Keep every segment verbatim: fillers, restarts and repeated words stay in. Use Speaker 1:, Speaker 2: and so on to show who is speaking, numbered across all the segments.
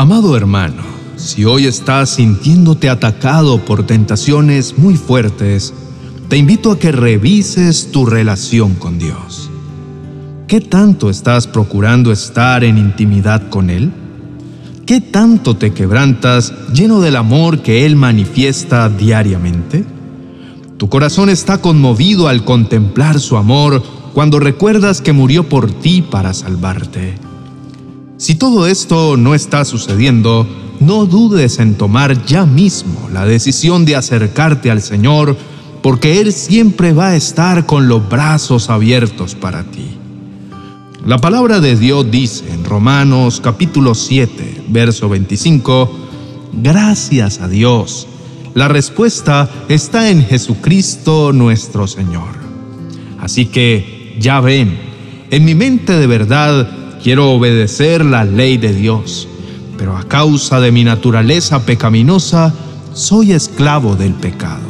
Speaker 1: Amado hermano, si hoy estás sintiéndote atacado por tentaciones muy fuertes, te invito a que revises tu relación con Dios. ¿Qué tanto estás procurando estar en intimidad con Él? ¿Qué tanto te quebrantas lleno del amor que Él manifiesta diariamente? Tu corazón está conmovido al contemplar su amor cuando recuerdas que murió por ti para salvarte. Si todo esto no está sucediendo, no dudes en tomar ya mismo la decisión de acercarte al Señor, porque Él siempre va a estar con los brazos abiertos para ti. La palabra de Dios dice en Romanos capítulo siete, verso veinticinco, gracias a Dios, la respuesta está en Jesucristo nuestro Señor. Así que, ya ven, en mi mente de verdad quiero obedecer la ley de Dios, pero a causa de mi naturaleza pecaminosa, soy esclavo del pecado.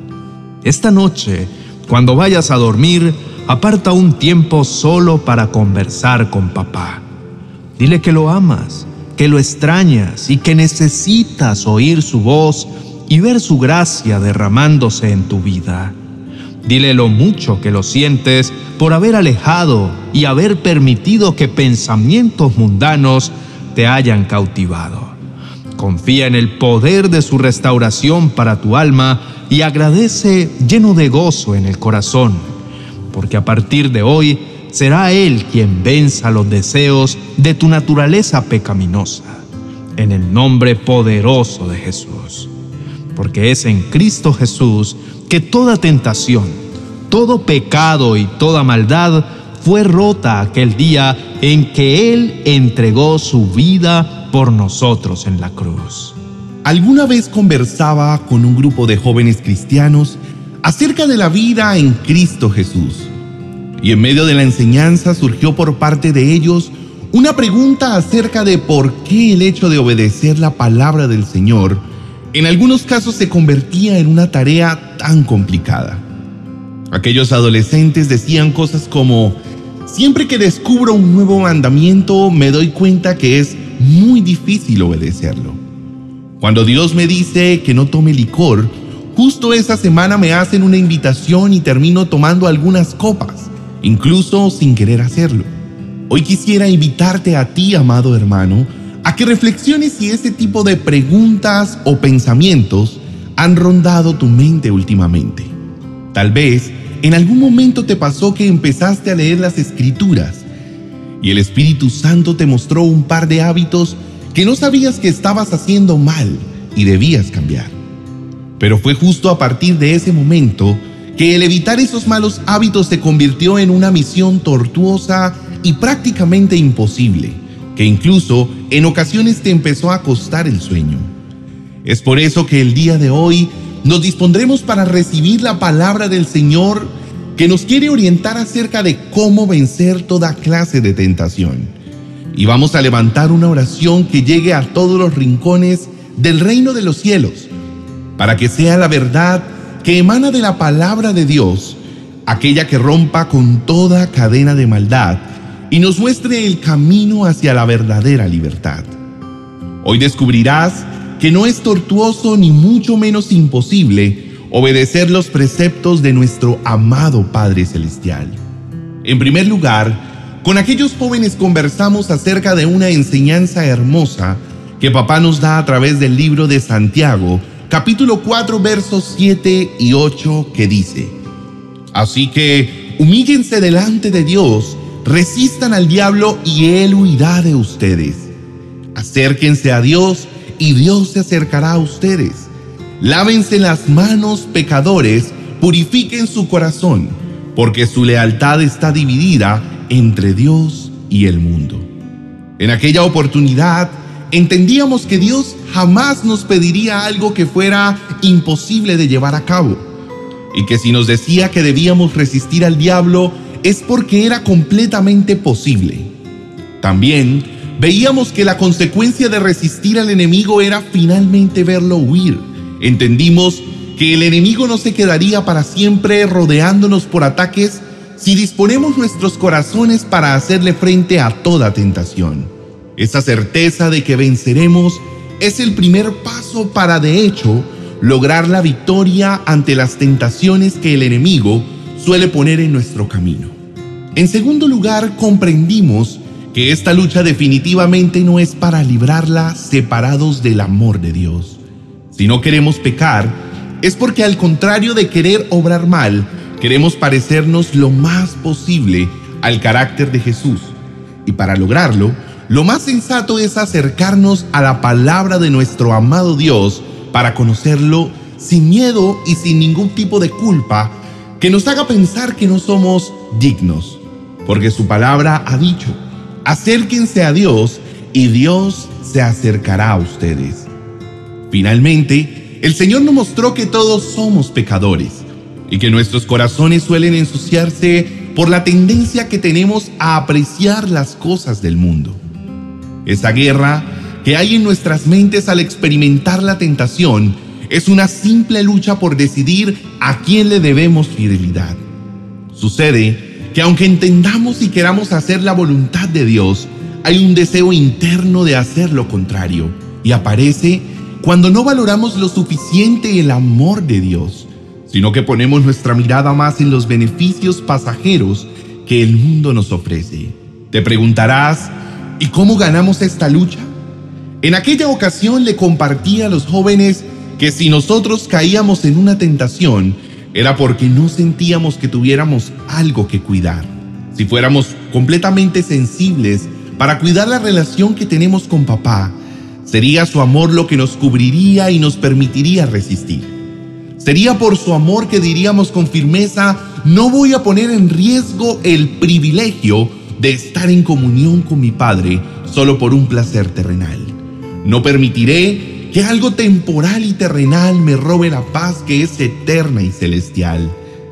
Speaker 1: Esta noche, cuando vayas a dormir, aparta un tiempo solo para conversar con papá. Dile que lo amas, que lo extrañas y que necesitas oír su voz y ver su gracia derramándose en tu vida. Dile lo mucho que lo sientes por haber alejado y haber permitido que pensamientos mundanos te hayan cautivado. Confía en el poder de su restauración para tu alma y agradece lleno de gozo en el corazón, porque a partir de hoy será Él quien venza los deseos de tu naturaleza pecaminosa, en el nombre poderoso de Jesús. Porque es en Cristo Jesús que toda tentación, todo pecado y toda maldad fue rota aquel día en que Él entregó su vida por nosotros en la cruz.
Speaker 2: Alguna vez conversaba con un grupo de jóvenes cristianos acerca de la vida en Cristo Jesús. Y en medio de la enseñanza surgió por parte de ellos una pregunta acerca de por qué el hecho de obedecer la palabra del Señor en algunos casos se convertía en una tarea tan complicada. Aquellos adolescentes decían cosas como: siempre que descubro un nuevo mandamiento me doy cuenta que es muy difícil obedecerlo. Cuando Dios me dice que no tome licor, justo esa semana me hacen una invitación y termino tomando algunas copas, incluso sin querer hacerlo. Hoy quisiera invitarte a ti, amado hermano, a que reflexiones si ese tipo de preguntas o pensamientos han rondado tu mente últimamente. Tal vez en algún momento te pasó que empezaste a leer las Escrituras y el Espíritu Santo te mostró un par de hábitos que no sabías que estabas haciendo mal y debías cambiar. Pero fue justo a partir de ese momento que el evitar esos malos hábitos se convirtió en una misión tortuosa y prácticamente imposible, que incluso en ocasiones te empezó a costar el sueño. Es por eso que el día de hoy nos dispondremos para recibir la palabra del Señor, que nos quiere orientar acerca de cómo vencer toda clase de tentación. Y vamos a levantar una oración que llegue a todos los rincones del reino de los cielos, para que sea la verdad que emana de la palabra de Dios, aquella que rompa con toda cadena de maldad y nos muestre el camino hacia la verdadera libertad. Hoy descubrirás que no es tortuoso ni mucho menos imposible obedecer los preceptos de nuestro amado Padre Celestial. En primer lugar, con aquellos jóvenes conversamos acerca de una enseñanza hermosa que papá nos da a través del libro de Santiago, capítulo cuatro, versos siete y ocho, que dice: así que humíllense delante de Dios, resistan al diablo y él huirá de ustedes. Acérquense a Dios y Dios se acercará a ustedes. Lávense las manos, pecadores, purifiquen su corazón, porque su lealtad está dividida entre Dios y el mundo. En aquella oportunidad entendíamos que Dios jamás nos pediría algo que fuera imposible de llevar a cabo, y que si nos decía que debíamos resistir al diablo es porque era completamente posible. También veíamos que la consecuencia de resistir al enemigo era finalmente verlo huir. Entendimos que el enemigo no se quedaría para siempre rodeándonos por ataques si disponemos nuestros corazones para hacerle frente a toda tentación. Esa certeza de que venceremos es el primer paso para, de hecho, lograr la victoria ante las tentaciones que el enemigo suele poner en nuestro camino. En segundo lugar, comprendimos que esta lucha definitivamente no es para librarla separados del amor de Dios. Si no queremos pecar, es porque al contrario de querer obrar mal, queremos parecernos lo más posible al carácter de Jesús. Y para lograrlo, lo más sensato es acercarnos a la palabra de nuestro amado Dios para conocerlo sin miedo y sin ningún tipo de culpa que nos haga pensar que no somos dignos. Porque su palabra ha dicho: acérquense a Dios y Dios se acercará a ustedes. Finalmente, el Señor nos mostró que todos somos pecadores y que nuestros corazones suelen ensuciarse por la tendencia que tenemos a apreciar las cosas del mundo. Esa guerra que hay en nuestras mentes al experimentar la tentación es una simple lucha por decidir a quién le debemos fidelidad. Sucede que aunque entendamos y queramos hacer la voluntad de Dios, hay un deseo interno de hacer lo contrario, y aparece cuando no valoramos lo suficiente el amor de Dios, sino que ponemos nuestra mirada más en los beneficios pasajeros que el mundo nos ofrece. Te preguntarás, ¿y cómo ganamos esta lucha? En aquella ocasión le compartí a los jóvenes que si nosotros caíamos en una tentación, era porque no sentíamos que tuviéramos algo que cuidar. Si fuéramos completamente sensibles para cuidar la relación que tenemos con papá, sería su amor lo que nos cubriría y nos permitiría resistir. Sería por su amor que diríamos con firmeza: no voy a poner en riesgo el privilegio de estar en comunión con mi Padre solo por un placer terrenal. No permitiré que algo temporal y terrenal me robe la paz que es eterna y celestial.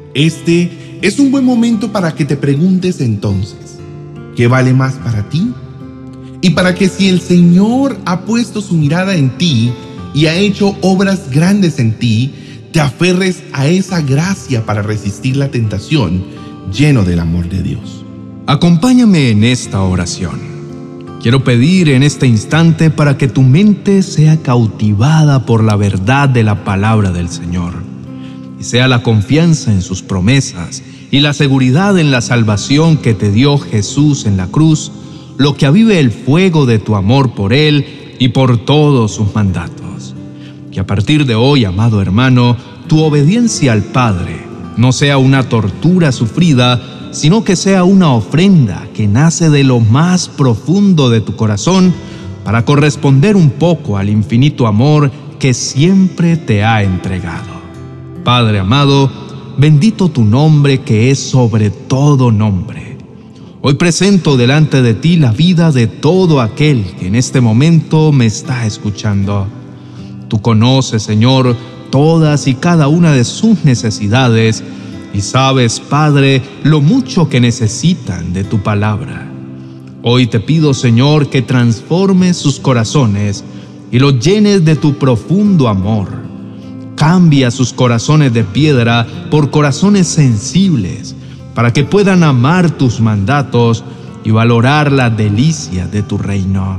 Speaker 2: Este es un buen momento para que te preguntes entonces, ¿qué vale más para ti? Y para que si el Señor ha puesto su mirada en ti y ha hecho obras grandes en ti, te aferres a esa gracia para resistir la tentación, lleno del amor de Dios.
Speaker 1: Acompáñame en esta oración. Quiero pedir en este instante para que tu mente sea cautivada por la verdad de la palabra del Señor, y sea la confianza en sus promesas y la seguridad en la salvación que te dio Jesús en la cruz, lo que avive el fuego de tu amor por Él y por todos sus mandatos. Que a partir de hoy, amado hermano, tu obediencia al Padre no sea una tortura sufrida, sino que sea una ofrenda que nace de lo más profundo de tu corazón para corresponder un poco al infinito amor que siempre te ha entregado. Padre amado, bendito tu nombre que es sobre todo nombre. Hoy presento delante de ti la vida de todo aquel que en este momento me está escuchando. Tú conoces, Señor, todas y cada una de sus necesidades y sabes, Padre, lo mucho que necesitan de tu palabra. Hoy te pido, Señor, que transformes sus corazones y los llenes de tu profundo amor. Cambia sus corazones de piedra por corazones sensibles, para que puedan amar tus mandatos y valorar la delicia de tu reino.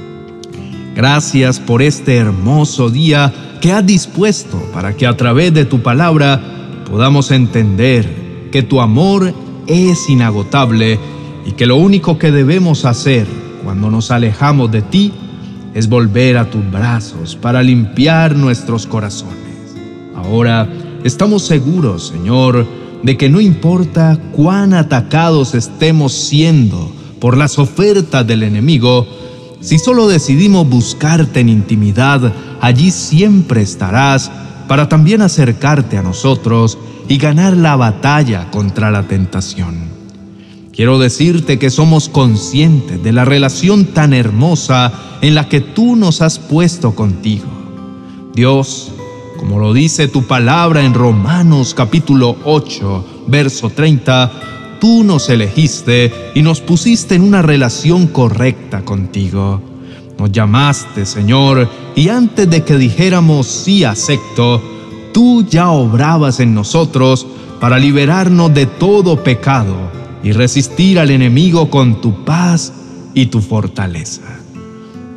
Speaker 1: Gracias por este hermoso día que has dispuesto para que a través de tu palabra podamos entender que tu amor es inagotable y que lo único que debemos hacer cuando nos alejamos de ti es volver a tus brazos para limpiar nuestros corazones. Ahora estamos seguros, Señor, de que no importa cuán atacados estemos siendo por las ofertas del enemigo, si solo decidimos buscarte en intimidad, allí siempre estarás para también acercarte a nosotros y ganar la batalla contra la tentación. Quiero decirte que somos conscientes de la relación tan hermosa en la que tú nos has puesto contigo. Dios, como lo dice tu palabra en Romanos capítulo ocho, verso treinta, tú nos elegiste y nos pusiste en una relación correcta contigo. Nos llamaste, Señor, y antes de que dijéramos sí acepto, tú ya obrabas en nosotros para liberarnos de todo pecado y resistir al enemigo con tu paz y tu fortaleza.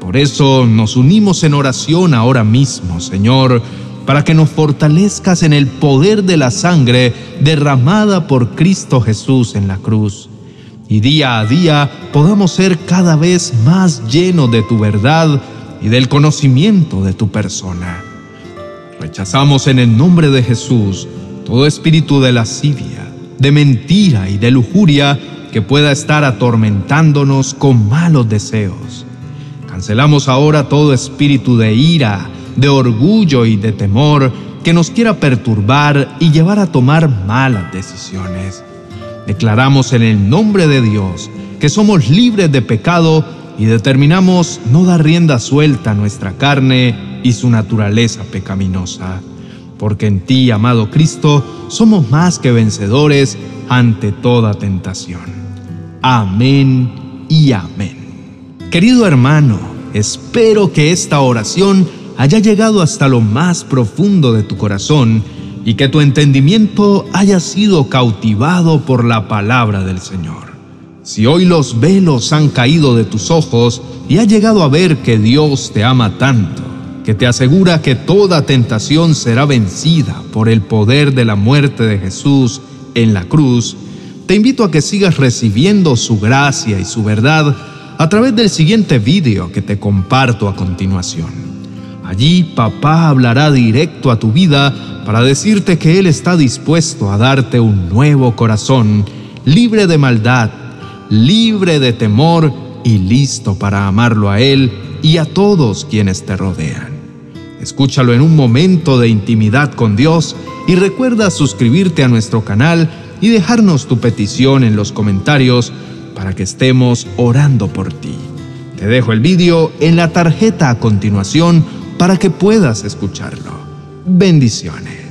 Speaker 1: Por eso nos unimos en oración ahora mismo, Señor, para que nos fortalezcas en el poder de la sangre derramada por Cristo Jesús en la cruz. Y día a día podamos ser cada vez más llenos de tu verdad y del conocimiento de tu persona. Rechazamos en el nombre de Jesús todo espíritu de lascivia, de mentira y de lujuria que pueda estar atormentándonos con malos deseos. Cancelamos ahora todo espíritu de ira, de orgullo y de temor que nos quiera perturbar y llevar a tomar malas decisiones. Declaramos en el nombre de Dios que somos libres de pecado y determinamos no dar rienda suelta a nuestra carne y su naturaleza pecaminosa, porque en ti, amado Cristo, somos más que vencedores ante toda tentación. Amén y amén. Querido hermano, espero que esta oración haya llegado hasta lo más profundo de tu corazón y que tu entendimiento haya sido cautivado por la palabra del Señor. Si hoy los velos han caído de tus ojos y has llegado a ver que Dios te ama tanto, que te asegura que toda tentación será vencida por el poder de la muerte de Jesús en la cruz, te invito a que sigas recibiendo su gracia y su verdad a través del siguiente vídeo que te comparto a continuación. Allí papá hablará directo a tu vida para decirte que Él está dispuesto a darte un nuevo corazón, libre de maldad, libre de temor y listo para amarlo a Él y a todos quienes te rodean. Escúchalo en un momento de intimidad con Dios y recuerda suscribirte a nuestro canal y dejarnos tu petición en los comentarios para que estemos orando por ti. Te dejo el vídeo en la tarjeta a continuación para que puedas escucharlo. Bendiciones.